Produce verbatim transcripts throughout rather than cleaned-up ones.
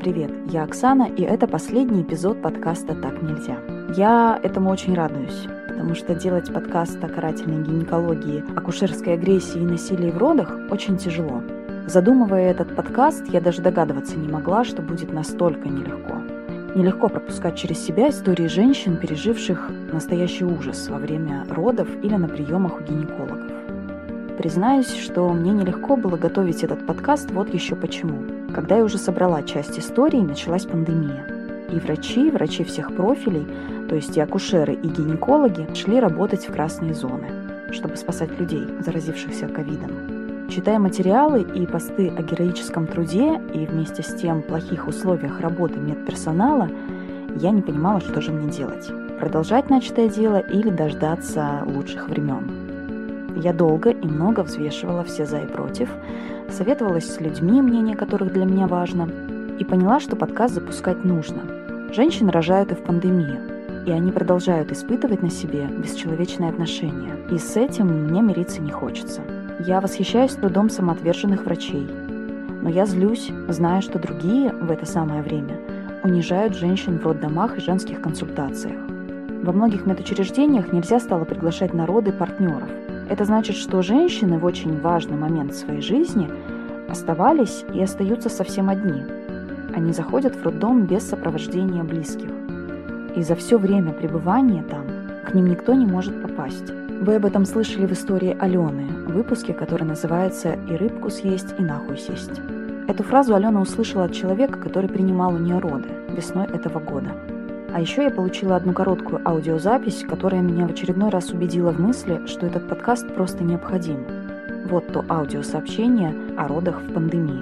привет! Я Оксана, и это последний эпизод подкаста «Так нельзя». Я этому очень радуюсь, потому что делать подкаст о карательной гинекологии, акушерской агрессии и насилии в родах очень тяжело. Задумывая этот подкаст, я даже догадываться не могла, что будет настолько нелегко. Нелегко пропускать через себя истории женщин, переживших настоящий ужас во время родов или на приемах у гинекологов. Признаюсь, что мне нелегко было готовить этот подкаст вот еще почему. Когда я уже собрала часть истории, началась пандемия. И врачи, врачи всех профилей, то есть и акушеры, и гинекологи, шли работать в красные зоны, чтобы спасать людей, заразившихся ковидом. Читая материалы и посты о героическом труде и вместе с тем плохих условиях работы медперсонала, я не понимала, что же мне делать. Продолжать начатое дело или дождаться лучших времен. Я долго и много взвешивала все за и против, советовалась с людьми, мнение которых для меня важно, и поняла, что подкаст запускать нужно. Женщины рожают и в пандемию, и они продолжают испытывать на себе бесчеловечные отношения, и с этим мне мириться не хочется. Я восхищаюсь трудом самоотверженных врачей, но я злюсь, зная, что другие в это самое время унижают женщин в роддомах и женских консультациях. Во многих медучреждениях нельзя стало приглашать на роды партнеров. Это значит, что женщины в очень важный момент своей жизни оставались и остаются совсем одни. Они заходят в роддом без сопровождения близких. И за все время пребывания там к ним никто не может попасть. Вы об этом слышали в истории Алены, в выпуске, который называется «И рыбку съесть, и нахуй сесть». Эту фразу Алена услышала от человека, который принимал у нее роды весной этого года. А еще я получила одну короткую аудиозапись, которая меня в очередной раз убедила в мысли, что этот подкаст просто необходим. Вот то аудиосообщение о родах в пандемию.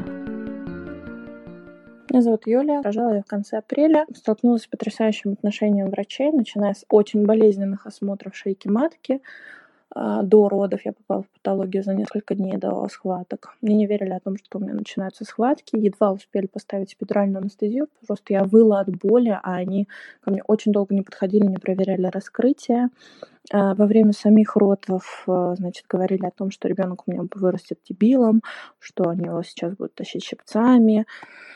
Меня зовут Юлия. Рожала я в конце апреля. Столкнулась с потрясающим отношением врачей, начиная с очень болезненных осмотров шейки матки. До родов я попала в патологию за несколько дней до схваток. Мне не верили о том, что у меня начинаются схватки. Едва успели поставить эпидуральную анестезию. Просто я выла от боли, а они ко мне очень долго не подходили, не проверяли раскрытие. Во время самих родов, значит, говорили о том, что ребенок у меня вырастет дебилом, что они его сейчас будут тащить щипцами,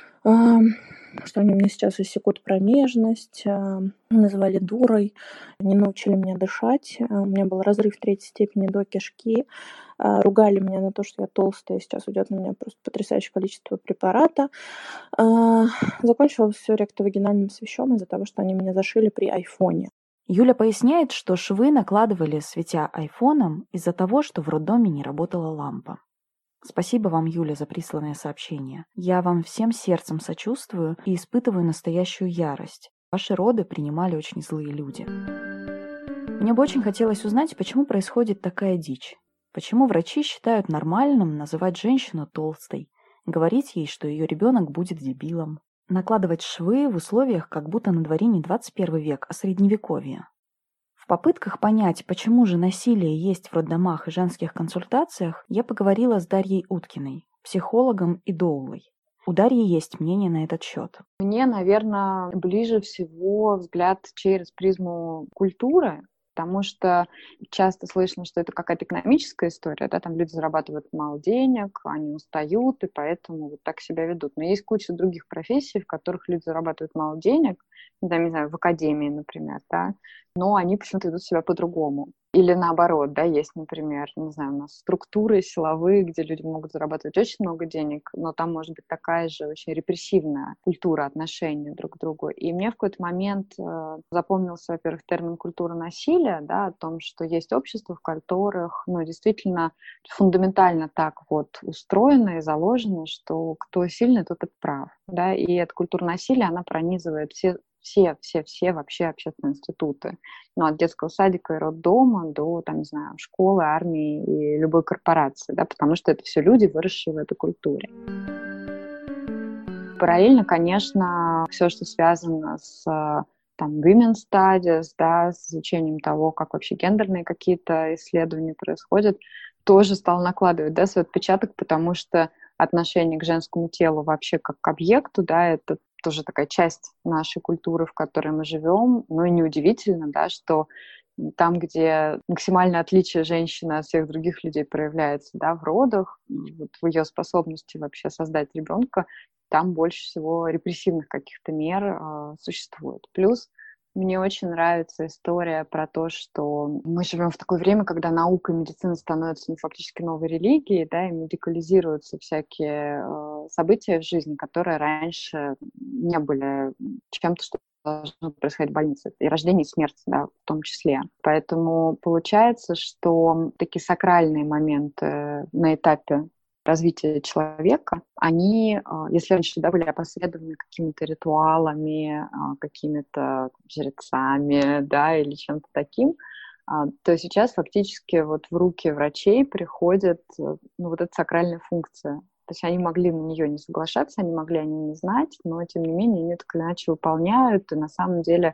что они мне сейчас иссекут промежность, называли дурой, не научили меня дышать. У меня был разрыв третьей степени до кишки. Ругали меня на то, что я толстая, сейчас уйдет на меня просто потрясающее количество препарата. Закончилось все ректовагинальным свищом из-за того, что они меня зашили при айфоне. Юля поясняет, что швы накладывали, светя айфоном, из-за того, что в роддоме не работала лампа. Спасибо вам, Юля, за присланное сообщение. Я вам всем сердцем сочувствую и испытываю настоящую ярость. Ваши роды принимали очень злые люди. Мне бы очень хотелось узнать, почему происходит такая дичь. Почему врачи считают нормальным называть женщину толстой, говорить ей, что ее ребенок будет дебилом, накладывать швы в условиях, как будто на дворе не двадцать первый век, а средневековье. В попытках понять, почему же насилие есть в роддомах и женских консультациях, я поговорила с Дарьей Уткиной, психологом и доулой. У Дарьи есть мнение на этот счет. Мне, наверное, ближе всего взгляд через призму культуры, потому что часто слышно, что это какая-то экономическая история, да, там люди зарабатывают мало денег, они устают, и поэтому вот так себя ведут. Но есть куча других профессий, в которых люди зарабатывают мало денег, да, не знаю, в академии, например, да, но они почему-то ведут себя по-другому. Или наоборот, да, есть, например, не знаю, у нас структуры силовые, где люди могут зарабатывать очень много денег, но там может быть такая же очень репрессивная культура отношений друг к другу. И мне в какой-то момент э, запомнился, во-первых, термин «культура насилия», да, о том, что есть общества, в которых, ну, действительно фундаментально так вот устроено и заложено, что кто сильный, тот и прав, да, и эта культура насилия, она пронизывает все все, все, все вообще общественные институты. Ну, от детского садика и роддома до, там, не знаю, школы, армии и любой корпорации, да, потому что это все люди, выросшие в этой культуре. Параллельно, конечно, все, что связано с там, women's studies, да, с изучением того, как вообще гендерные какие-то исследования происходят, тоже стал накладывать, да, свой отпечаток, потому что отношение к женскому телу вообще как к объекту, да, это тоже такая часть нашей культуры, в которой мы живем. Ну и неудивительно, да, что там, где максимальное отличие женщины от всех других людей проявляется, да, в родах, вот в ее способности вообще создать ребенка, там больше всего репрессивных каких-то мер э, существует. Плюс мне очень нравится история про то, что мы живем в такое время, когда наука и медицина становятся ну, фактически новой религией, да, и медикализируются всякие э, события в жизни, которые раньше не были чем-то, что должно происходить в больнице. И рождение, и смерть, да, в том числе. Поэтому получается, что такие сакральные моменты на этапе развития человека, они, если раньше да, были опосредованы какими-то ритуалами, какими-то жрецами, да, или чем-то таким, то сейчас фактически вот в руки врачей приходит ну, вот эта сакральная функция. То есть они могли на нее не соглашаться, они могли о ней не знать, но тем не менее они так или иначе выполняют, и на самом деле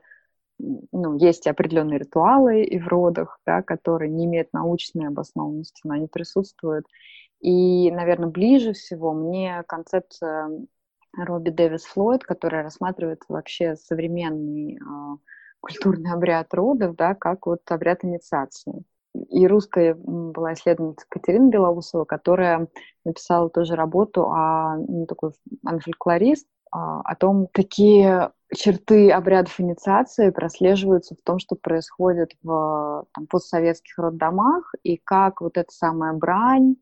ну, есть определенные ритуалы и в родах, да, которые не имеют научной обоснованности, но они присутствуют. И, наверное, ближе всего мне концепция Робби Дэвис Флойд, которая рассматривает вообще современный э, культурный обряд родов, да, как вот обряд инициации. И русская была исследовательница Катерина Белоусова, которая написала тоже работу о, ну, такой, она фольклорист, о, о том, какие черты обрядов инициации прослеживаются в том, что происходит в там, постсоветских роддомах, и как вот эта самая брань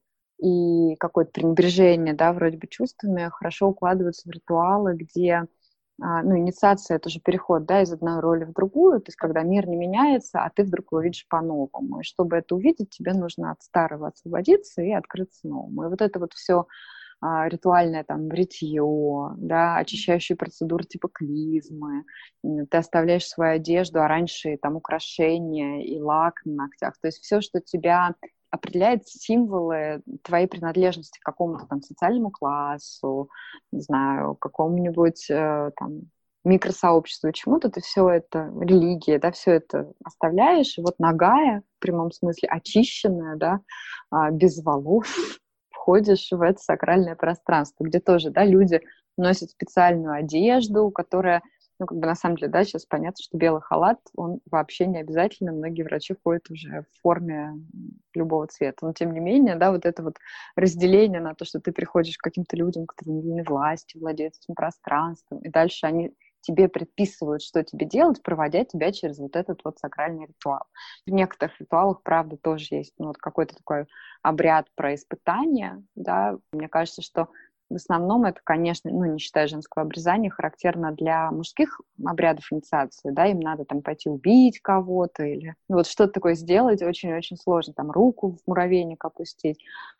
и какое-то пренебрежение, да, вроде бы чувствами хорошо укладываются в ритуалы, где ну, инициация — это же переход, да, из одной роли в другую, то есть когда мир не меняется, а ты вдруг его видишь по-новому. И чтобы это увидеть, тебе нужно от старого освободиться и открыться новому. И вот это вот все а, ритуальное там бритье, да, очищающие процедуры типа клизмы, ты оставляешь свою одежду, а раньше там украшения и лак на ногтях. То есть все, что тебя определяет символы твоей принадлежности к какому-то там социальному классу, не знаю, какому-нибудь э, там микросообществу, чему-то ты все это, религия, да, все это оставляешь, и вот нагая, в прямом смысле, очищенная, да, э, без волос, входишь в это сакральное пространство, где тоже, да, люди носят специальную одежду, которая ну, как бы на самом деле, да, сейчас понятно, что белый халат, он вообще не обязательно. Многие врачи ходят уже в форме любого цвета. Но, тем не менее, да, вот это вот разделение на то, что ты приходишь к каким-то людям, которые не властью владеют этим пространством, и дальше они тебе предписывают, что тебе делать, проводя тебя через вот этот вот сакральный ритуал. В некоторых ритуалах, правда, тоже есть ну, вот какой-то такой обряд про испытание, да. Мне кажется, что в основном это, конечно, ну, не считая женского обрезания, характерно для мужских обрядов инициации, да, им надо там пойти убить кого-то или ну, вот что-то такое сделать очень-очень сложно, там руку в муравейник опустить.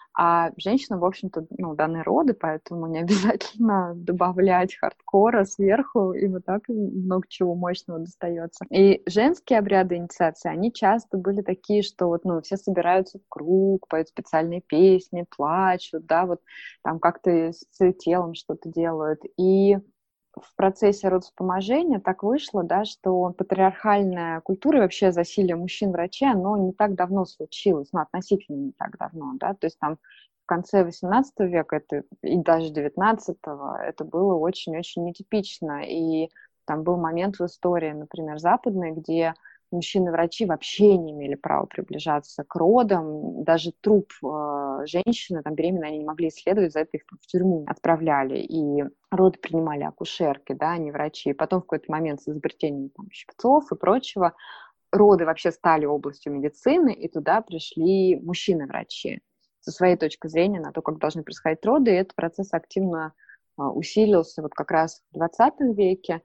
А женщинам, в общем-то, ну, даны роды, поэтому не обязательно добавлять хардкора сверху, и вот так много чего мощного достается. И женские обряды инициации, они часто были такие, что вот, ну, все собираются в круг, поют специальные песни, плачут, да, вот там как-то с телом что-то делают. И в процессе родовспоможения так вышло, да, что патриархальная культура и вообще засилие мужчин-врачей, оно не так давно случилось, ну, относительно не так давно, да, то есть там в конце восемнадцатого века это, и даже девятнадцатого это было очень-очень нетипично, и там был момент в истории, например, западной, где мужчины-врачи вообще не имели права приближаться к родам, даже труп э, женщины, там, беременной, они не могли исследовать, за это их в тюрьму отправляли, и роды принимали акушерки, да, а не врачи. И потом в какой-то момент с изобретением там, щипцов и прочего роды вообще стали областью медицины, и туда пришли мужчины-врачи со своей точки зрения на то, как должны происходить роды, и этот процесс активно э, усилился вот как раз в двадцатом веке.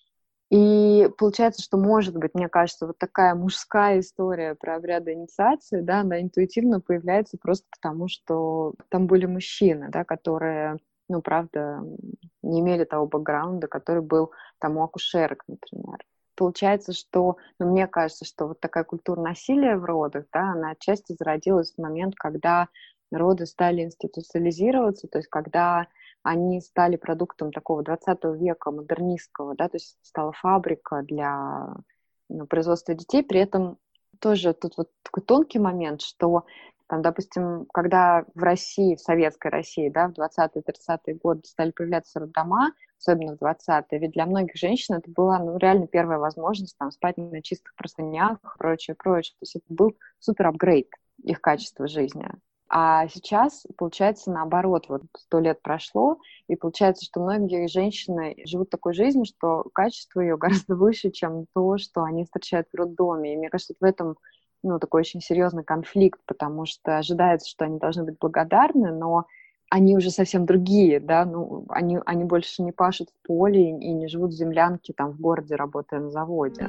И получается, что, может быть, мне кажется, вот такая мужская история про обряды инициации, да, она интуитивно появляется просто потому, что там были мужчины, да, которые, ну, правда, не имели того бэкграунда, который был там у акушерок, например. Получается, что, ну, мне кажется, что вот такая культура насилия в родах, да, она отчасти зародилась в момент, когда роды стали институциализироваться, то есть когда они стали продуктом такого двадцатого века, модернистского, да, то есть стала фабрика для ну, производства детей, при этом тоже тут вот такой тонкий момент, что там, допустим, когда в России, в советской России, да, в двадцатые-тридцатые годы стали появляться роддома, особенно в двадцатые, ведь для многих женщин это была, ну, реально первая возможность там спать на чистых простынях, прочее, прочее, то есть это был супер апгрейд их качества жизни. А сейчас, получается, наоборот, вот сто лет прошло, и получается, что многие женщины живут такой жизнью, что качество ее гораздо выше, чем то, что они встречают в роддоме. И мне кажется, в этом ну, такой очень серьезный конфликт, потому что ожидается, что они должны быть благодарны, но они уже совсем другие, да, ну, они, они больше не пашут в поле и не живут в землянке там в городе, работая на заводе.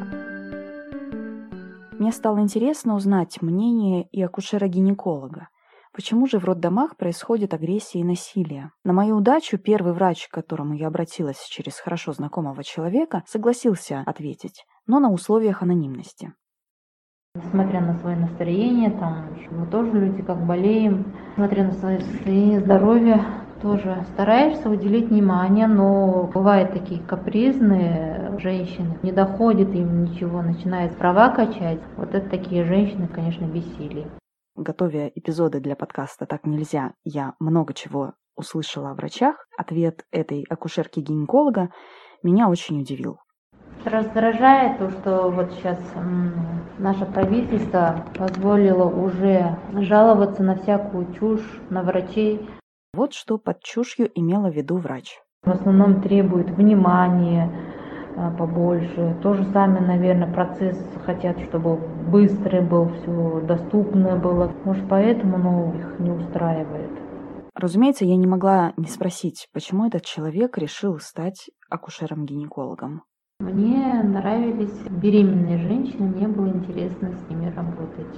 Мне стало интересно узнать мнение и акушера-гинеколога. Почему же в роддомах происходит агрессия и насилие? На мою удачу первый врач, к которому я обратилась через хорошо знакомого человека, согласился ответить, но на условиях анонимности. Несмотря на свое настроение, там мы тоже люди как болеем, несмотря на свое состояние здоровья, тоже стараешься уделить внимание, но бывают такие капризные женщины, не доходит им ничего, начинает права качать. Вот это такие женщины, конечно, бессилие. Готовя эпизоды для подкаста «Так нельзя», я много чего услышала о врачах. Ответ этой акушерки-гинеколога меня очень удивил. Раздражает то, что вот сейчас м, наше правительство позволило уже жаловаться на всякую чушь, на врачей. Вот что под чушью имела в виду врач. В основном требует внимания а, побольше. То же самое, наверное, процесс хотят, чтобы быстрый был, все доступное было. Может, поэтому ну, их не устраивает. Разумеется, я не могла не спросить, почему этот человек решил стать акушером-гинекологом. Мне нравились беременные женщины, мне было интересно с ними работать.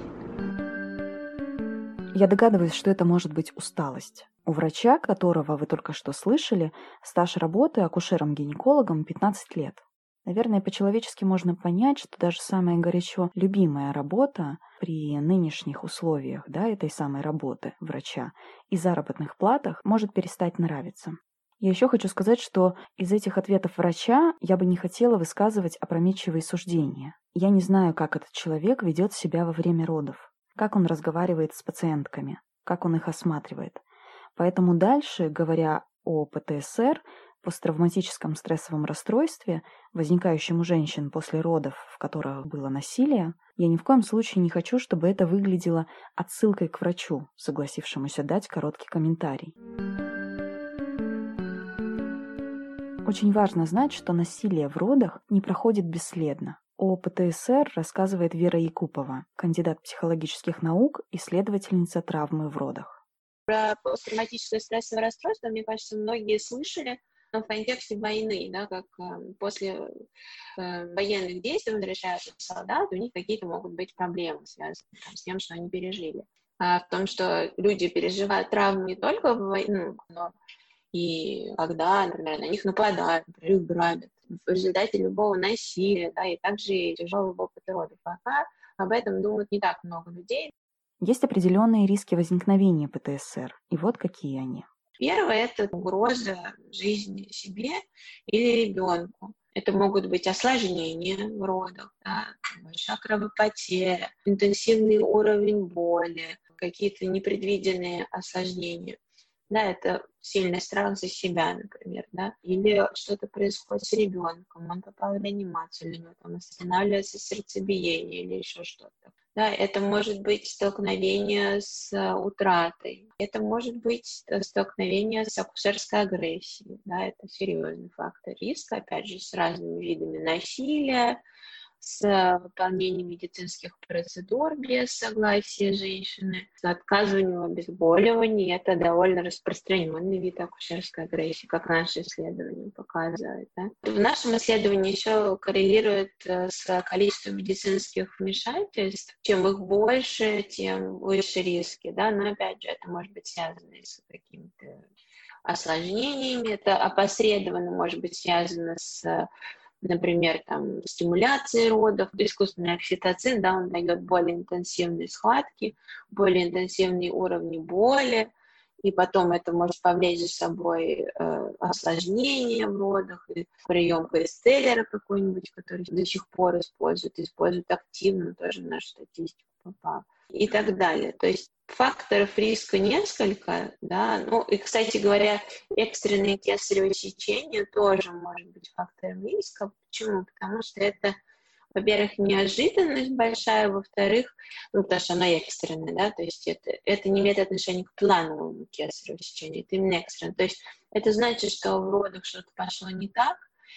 Я догадываюсь, что это может быть усталость. У врача, которого вы только что слышали, стаж работы акушером-гинекологом пятнадцать лет. Наверное, по-человечески можно понять, что даже самая горячо любимая работа при нынешних условиях, да, этой самой работы врача и заработных платах может перестать нравиться. Я еще хочу сказать, что из этих ответов врача я бы не хотела высказывать опрометчивые суждения. Я не знаю, как этот человек ведет себя во время родов, как он разговаривает с пациентками, как он их осматривает. Поэтому дальше, говоря о ПТСР, посттравматическом стрессовом расстройстве, возникающем у женщин после родов, в которых было насилие, я ни в коем случае не хочу, чтобы это выглядело отсылкой к врачу, согласившемуся дать короткий комментарий. Очень важно знать, что насилие в родах не проходит бесследно. О ПТСР рассказывает Вера Якупова, кандидат психологических наук, исследовательница травмы в родах. Про посттравматическое стрессовое расстройство, мне кажется, многие слышали, но в контексте войны, да, как э, после э, военных действий возвращаются солдаты, у них какие-то могут быть проблемы, связанные там, с тем, что они пережили. А в том, что люди переживают травмы не только в войну, но и когда, например, на них нападают, например, их грабят, в результате любого насилия, да, и также и тяжелого опыта родов. Пока об этом думают не так много людей. Есть определенные риски возникновения ПТСР, и вот какие они. Первое – это угроза жизни себе или ребенку. Это могут быть осложнения в родах, да, большая кровопотеря, интенсивный уровень боли, какие-то непредвиденные осложнения. Да, это сильный страх за себя, например, да, или что-то происходит с ребенком, он попал в реанимацию, или у него там останавливается сердцебиение или еще что-то. Да, это может быть столкновение с утратой, это может быть столкновение с акушерской агрессией, да, это серьезный фактор риска, опять же, с разными видами насилия, с выполнением медицинских процедур без согласия женщины, с отказыванием в обезболивании. Это довольно распространенный вид акушерской агрессии, как наши исследования показывают. Да? В нашем исследовании еще коррелирует с количеством медицинских вмешательств. Чем их больше, тем выше риски. Да? Но опять же, это может быть связано с какими-то осложнениями. Это опосредованно может быть связано с, например, там, стимуляцией родов, искусственный окситоцин, да, он дает более интенсивные схватки, более интенсивные уровни боли, и потом это может повлечь за собой э, осложнения в родах, и прием Пейстеллера какой-нибудь, который до сих пор используют, используют активно, тоже в нашу статистику попал, и так далее. То есть факторов риска несколько, да, ну и, кстати говоря, экстренное кесарево сечение тоже может быть фактором риска. Почему? Потому что это во-первых, неожиданность большая, во-вторых, ну, потому что она экстренная, да, то есть это, это не имеет отношения к плановому кесареву сечению, это именно экстренно. То есть это значит, что в родах что-то пошло не так,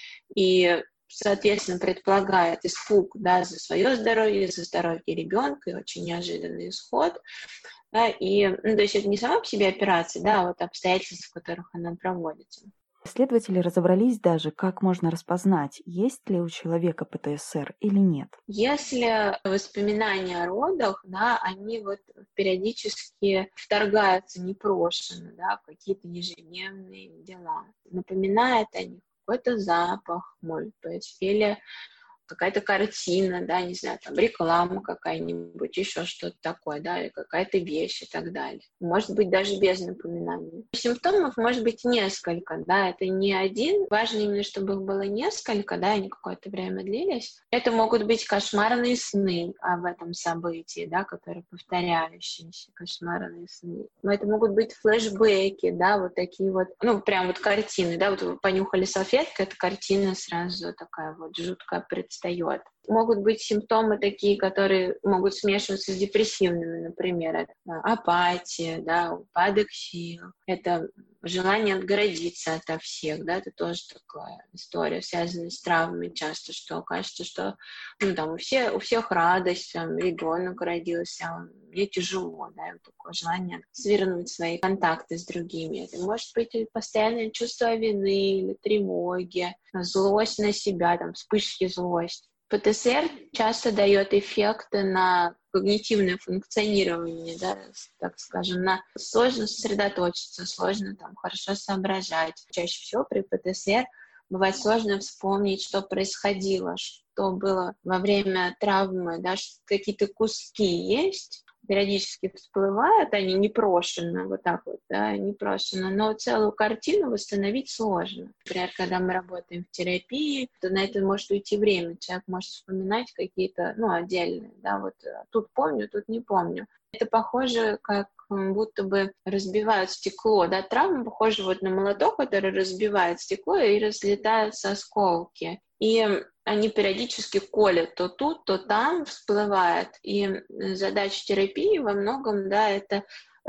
и, соответственно, предполагает испуг, да, за свое здоровье, за здоровье ребенка, и очень неожиданный исход. Да, и, ну, то есть это не сама по себе операция, да, а вот обстоятельства, в которых она проводится. Исследователи разобрались даже, как можно распознать, есть ли у человека ПТСР или нет. Если воспоминания о родах, да, они вот периодически вторгаются непрошенно, да, в какие-то ежедневные дела, напоминает о них какой-то запах, может быть, или какая-то картина, да, не знаю, там реклама какая-нибудь, еще что-то такое, да, или какая-то вещь и так далее. Может быть, даже без напоминаний. Симптомов может быть несколько, да, это не один. Важно именно, чтобы их было несколько, да, они какое-то время длились. Это могут быть кошмарные сны об этом событии, да, которые повторяющиеся, кошмарные сны. Но это могут быть флешбеки, да, вот такие вот, ну, прям вот картины, да, вот вы понюхали салфетку, эта картина сразу такая вот жуткая представление. Могут быть симптомы такие, которые могут смешиваться с депрессивными, например, это апатия, да, упадок сил, это желание отгородиться ото всех, да, это тоже такая история, связанная с травмами часто, что кажется, что ну, там, у, всех, у всех радость, там, ребенок родился, мне тяжело, да, и вот такое желание свернуть свои контакты с другими. Это может быть постоянное чувство вины или тревоги, злость на себя, там, вспышки злости. ПТСР часто дает эффекты на когнитивное функционирование, да, так скажем, на сложно сосредоточиться, сложно там хорошо соображать. Чаще всего при ПТСР бывает сложно вспомнить, что происходило, что было во время травмы, да, какие-то куски есть, периодически всплывают, они непрошенно, вот так вот, да, непрошенно, но целую картину восстановить сложно. Например, когда мы работаем в терапии, то на это может уйти время, человек может вспоминать какие-то, ну, отдельные, да, вот тут помню, тут не помню. Это похоже, как будто бы разбивают стекло, да, травма похожа вот на молоток, который разбивает стекло и разлетаются осколки. И они периодически колят то тут, то там, всплывает. И задача терапии во многом, да, это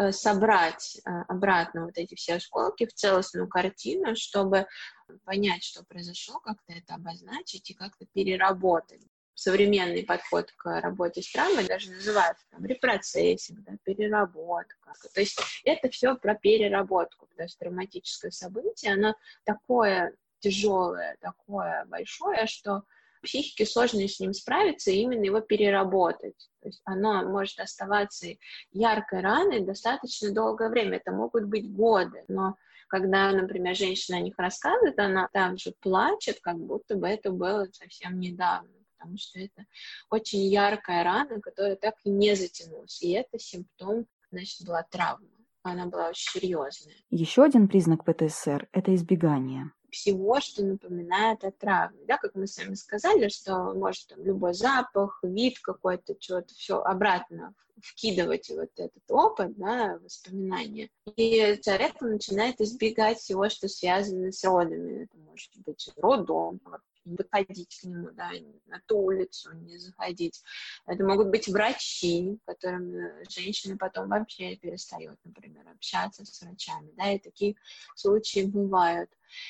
собрать обратно вот эти все осколки в целостную картину, чтобы понять, что произошло, как-то это обозначить и как-то переработать. Современный подход к работе с травмой даже называется там репроцессинг, да, переработка. То есть это все про переработку, потому что травматическое событие, оно такое тяжелое, такое большое, что психике сложно с ним справиться и именно его переработать. То есть оно может оставаться яркой раной достаточно долгое время. Это могут быть годы, но когда, например, женщина о них рассказывает, она также плачет, как будто бы это было совсем недавно, потому что это очень яркая рана, которая так и не затянулась. И это симптом, значит, была травма. Она была очень серьезная. Еще один признак ПТСР – это избегание. Всего, что напоминает о травме. Да, как мы с вами сказали, что может там, любой запах, вид какой-то, что-то, все обратно вкидывать вот этот опыт, да, воспоминания. И человек начинает избегать всего, что связано с родами. Это может быть роддом, не выходить к нему, да, на ту улицу не заходить. Это могут быть врачи, которым женщина потом вообще перестает, например, общаться с врачами, да, и такие случаи бывают.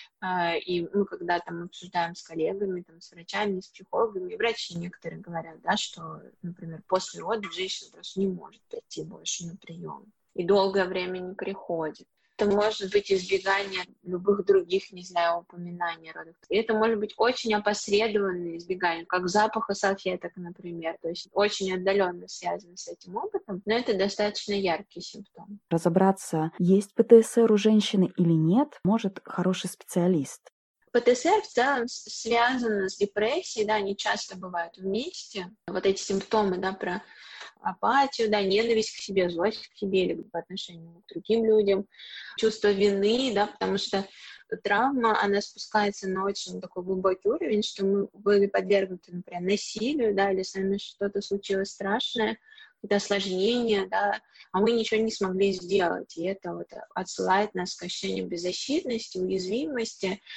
И мы когда там обсуждаем с коллегами, там, с врачами, с психологами, врачи некоторые говорят, да, что, например, после родов женщина просто не может прийти больше на прием и долгое время не приходит. Это может быть избегание любых других, не знаю, упоминаний родов. И это может быть очень опосредованное избегание, как запаха салфеток, например. То есть очень отдаленно связано с этим опытом, но это достаточно яркий симптом. Разобраться, есть ПТСР у женщины или нет, может хороший специалист. ПТСР в целом связан с депрессией, да, они часто бывают вместе. Вот эти симптомы, да, про апатию, да, ненависть к себе, злость к себе или по отношению к другим людям, чувство вины, да, потому что травма, она спускается на очень такой глубокий уровень, что мы были подвергнуты, например, насилию, да, или с нами что-то случилось страшное, какие-то осложнения, да, а мы ничего не смогли сделать, и это вот отсылает нас к ощущению беззащитности, уязвимости,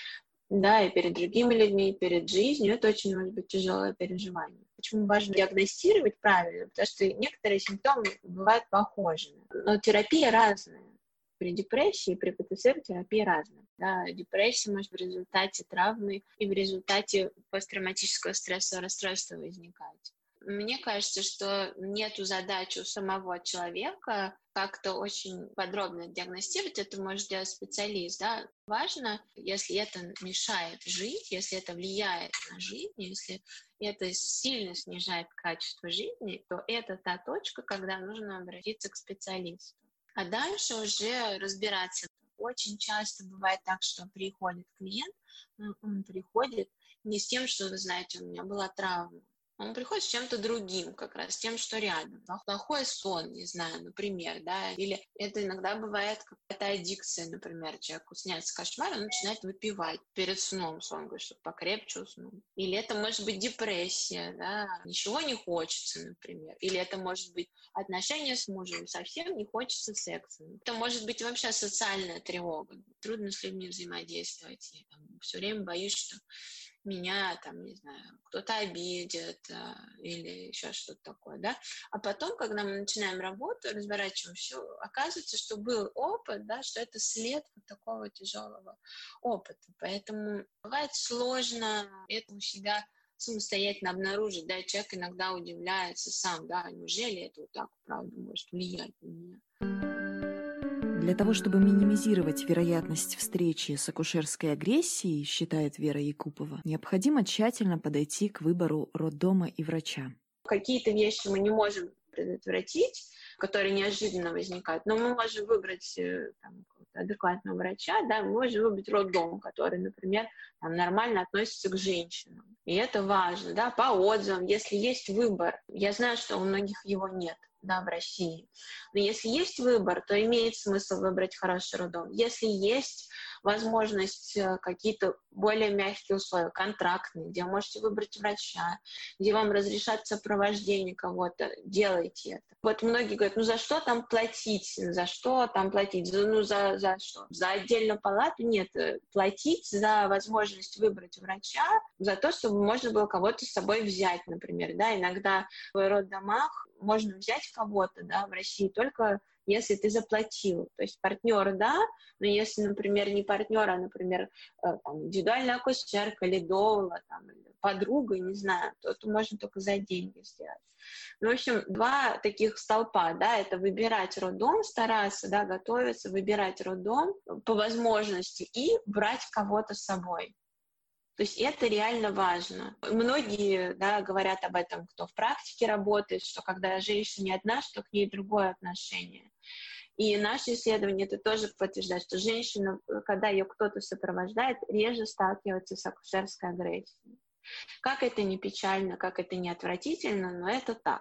да, и перед другими людьми, и перед жизнью. Это очень может быть тяжелое переживание. Почему важно диагностировать правильно? Потому что некоторые симптомы бывают похожи. Но терапия разная. При депрессии и при пэ тэ эс эр терапия разная. Да, депрессия может в результате травмы и в результате посттравматического стрессового расстройства возникать. Мне кажется, что нету задачи у самого человека как-то очень подробно диагностировать, это может делать специалист. Да? Важно, если это мешает жить, если это влияет на жизнь, если это сильно снижает качество жизни, то это та точка, когда нужно обратиться к специалисту. А дальше уже разбираться. Очень часто бывает так, что приходит клиент, он приходит не с тем, что, вы знаете, у меня была травма. Он приходит с чем-то другим, как раз, с тем, что рядом. Плохой сон, не знаю, например, да, или это иногда бывает какая-то аддикция, например, человеку снятся кошмар, он начинает выпивать перед сном, сон, говорит, чтобы покрепче уснул. Или это может быть депрессия, да, ничего не хочется, например. Или это может быть отношения с мужем, совсем не хочется секса. Это может быть вообще социальная тревога. Трудно с людьми взаимодействовать. Я там все время боюсь, что меня, там, не знаю, кто-то обидит а, или еще что-то такое, да. А потом, когда мы начинаем работу, разворачиваем все, оказывается, что был опыт, да, что это след вот такого тяжелого опыта. Поэтому бывает сложно это у себя самостоятельно обнаружить, да, человек иногда удивляется сам, да, неужели это вот так, правда, может влиять на меня. Для того, чтобы минимизировать вероятность встречи с акушерской агрессией, считает Вера Якупова, необходимо тщательно подойти к выбору роддома и врача. Какие-то вещи мы не можем предотвратить, которые неожиданно возникают, но мы можем выбрать там, адекватного врача, да, мы можем выбрать роддом, который, например, там, нормально относится к женщинам. И это важно, да, по отзывам, если есть выбор. Я знаю, что у многих его нет, да, в России. Но если есть выбор, то имеет смысл выбрать хороший роддом. Если есть возможность какие-то более мягкие условия, контрактные, где вы можете выбрать врача, где вам разрешат сопровождение кого-то, делайте это. Вот многие говорят, ну за что там платить? За что там платить? Ну за, за что? За отдельную палату? Нет, платить за возможность выбрать врача, за то, чтобы можно было кого-то с собой взять, например. Да? Иногда в роддомах можно взять кого-то, да, в России только если ты заплатил. То есть партнер, да, но если, например, не партнер, а, например, там, индивидуальная акушерка или доула, там, или подруга, не знаю, то это можно только за деньги сделать. Ну, в общем, два таких столпа, да, это выбирать роддом, стараться, да, готовиться, выбирать роддом по возможности и брать кого-то с собой. То есть это реально важно. Многие, да, говорят об этом, кто в практике работает, что когда женщина не одна, что к ней другое отношение. И наши исследования это тоже подтверждают, что женщина, когда ее кто-то сопровождает, реже сталкивается с акушерской агрессией. Как это не печально, как это не отвратительно, но это так.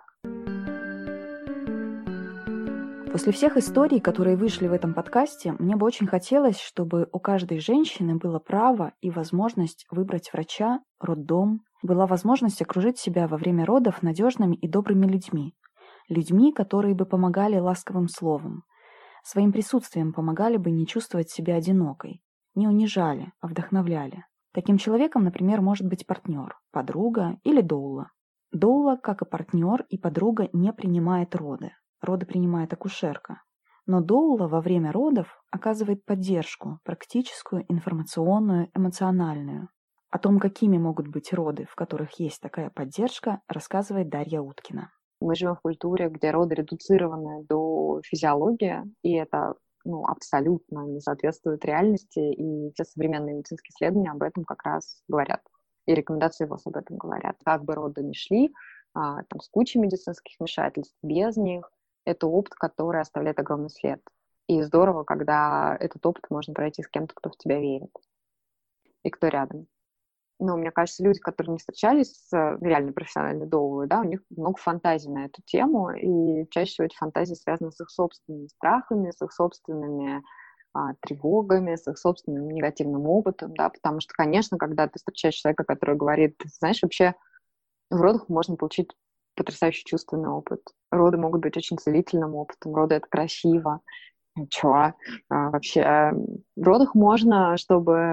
После всех историй, которые вышли в этом подкасте, мне бы очень хотелось, чтобы у каждой женщины было право и возможность выбрать врача, роддом, была возможность окружить себя во время родов надежными и добрыми людьми. Людьми, которые бы помогали ласковым словом, своим присутствием помогали бы не чувствовать себя одинокой, не унижали, а вдохновляли. Таким человеком, например, может быть партнер, подруга или доула. Доула, как и партнер и подруга, не принимает роды. Роды принимает акушерка. Но доула во время родов оказывает поддержку, практическую, информационную, эмоциональную. О том, какими могут быть роды, в которых есть такая поддержка, рассказывает Дарья Уткина. Мы живем в культуре, где роды редуцированы до физиологии, и это ну, абсолютно не соответствует реальности, и все современные медицинские исследования об этом как раз говорят. И рекомендации ВОЗ об этом говорят. Как бы роды ни шли, а, там, с кучей медицинских вмешательств, без них, это опыт, который оставляет огромный след. И здорово, когда этот опыт можно пройти с кем-то, кто в тебя верит и кто рядом. Но мне кажется, люди, которые не встречались с реально профессиональной доулой, да, у них много фантазий на эту тему, и чаще всего эти фантазии связаны с их собственными страхами, с их собственными а, тревогами, с их собственным негативным опытом, да, потому что, конечно, когда ты встречаешь человека, который говорит, знаешь, вообще в родах можно получить потрясающий чувственный опыт. Роды могут быть очень целительным опытом. Роды — это красиво. Чего? А, вообще, в родах можно, чтобы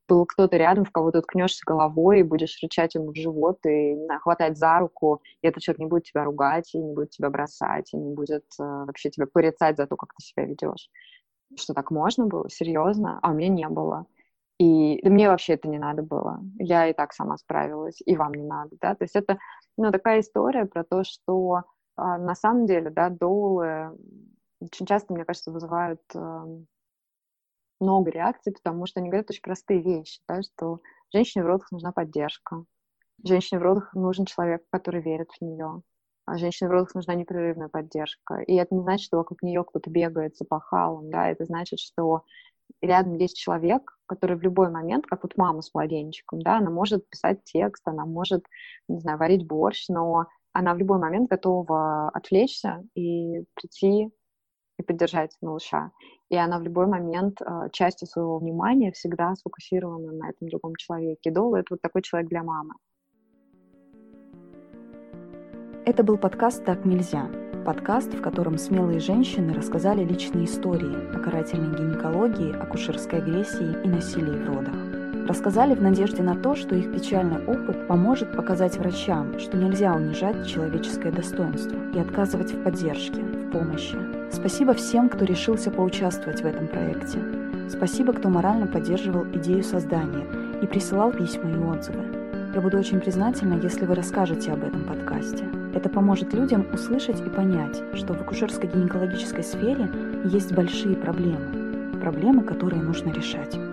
был кто-то рядом, в кого ты уткнешься головой и будешь рычать ему в живот, и, не знаю, хватать за руку, и этот человек не будет тебя ругать, и не будет тебя бросать, и не будет э, вообще тебя порицать за то, как ты себя ведешь. Что так можно было? Серьезно? А у меня не было. И да мне вообще это не надо было. Я и так сама справилась, и вам не надо, да. То есть это, ну, такая история про то, что э, на самом деле, да, доулы очень часто, мне кажется, вызывают э, много реакций, потому что они говорят очень простые вещи, да, что женщине в родах нужна поддержка, женщине в родах нужен человек, который верит в нее, а женщине в родах нужна непрерывная поддержка. И это не значит, что вокруг нее кто-то бегает с опахалом, да, это значит, что рядом есть человек, который в любой момент, как вот мама с младенчиком, да, она может писать текст, она может, не знаю, варить борщ, но она в любой момент готова отвлечься и прийти и поддержать малыша. И она в любой момент э, частью своего внимания всегда сфокусирована на этом другом человеке. Доула — это вот такой человек для мамы. Это был подкаст «Так нельзя». Подкаст, в котором смелые женщины рассказали личные истории о карательной гинекологии, акушерской агрессии и насилии в родах. Рассказали в надежде на то, что их печальный опыт поможет показать врачам, что нельзя унижать человеческое достоинство и отказывать в поддержке, в помощи. Спасибо всем, кто решился поучаствовать в этом проекте. Спасибо, кто морально поддерживал идею создания и присылал письма и отзывы. Я буду очень признательна, если вы расскажете об этом подкасте. Это поможет людям услышать и понять, что в акушерско-гинекологической сфере есть большие проблемы. Проблемы, которые нужно решать.